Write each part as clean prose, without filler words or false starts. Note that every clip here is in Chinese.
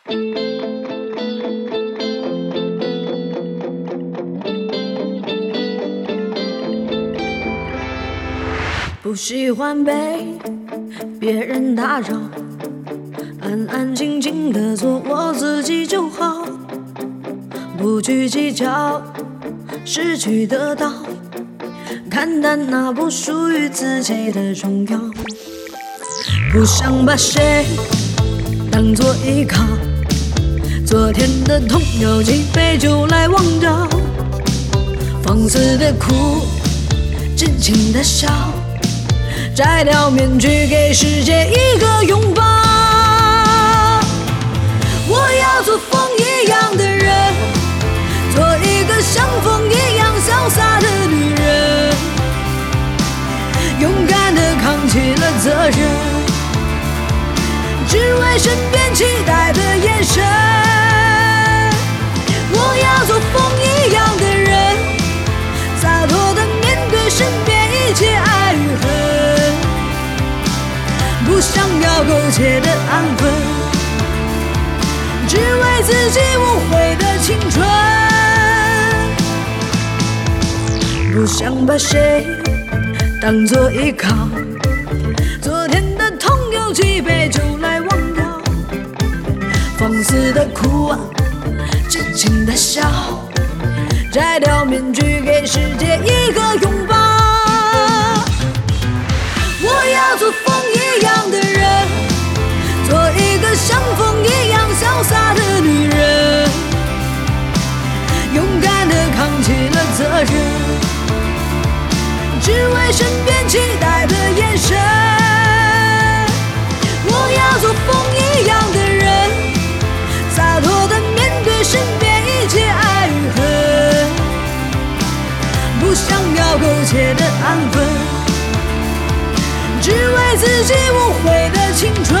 不喜欢被别人打扰，安安静静的做我自己就好，不去计较失去得到，看淡那不属于自己的重要，不想把谁当作依靠，昨天的痛有几杯酒来忘掉，放肆的哭，尽情的笑，摘掉面具，给世界一个拥抱。我要做风一样的人，做一个像风一样潇洒的女人，勇敢地扛起了责任，只为身边期待的眼神。我要做风一样的人，洒脱地面对身边一切爱与恨，不想要苟且的安分，只为自己无悔的青春。不想把谁当作依靠，昨天的痛有几杯酒来忘掉，放肆的哭啊，尽情的笑，摘掉面具，给世界一个拥抱。我要做风一样的人，做一个像风一样潇洒的女人，勇敢地扛起了责任，只为身边期待的眼神。我要做风一样的人，洒脱地面对身边一切爱与恨，不想要苟且的安分，只为自己无悔的青春。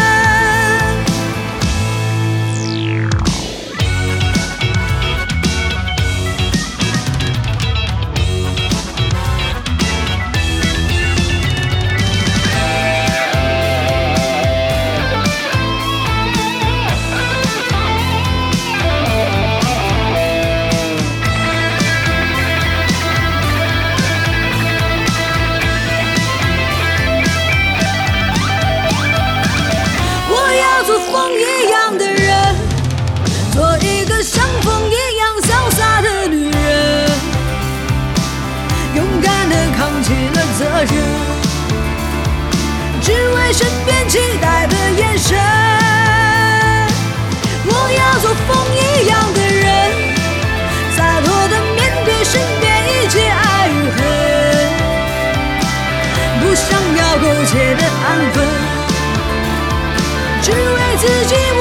做风一样的人，做一个像风一样潇洒的女人，勇敢地扛起了责任，只为身边期待的眼神。我要做风一样的人，洒脱地面对身边一切爱与恨，不想要苟且的安分，只为自己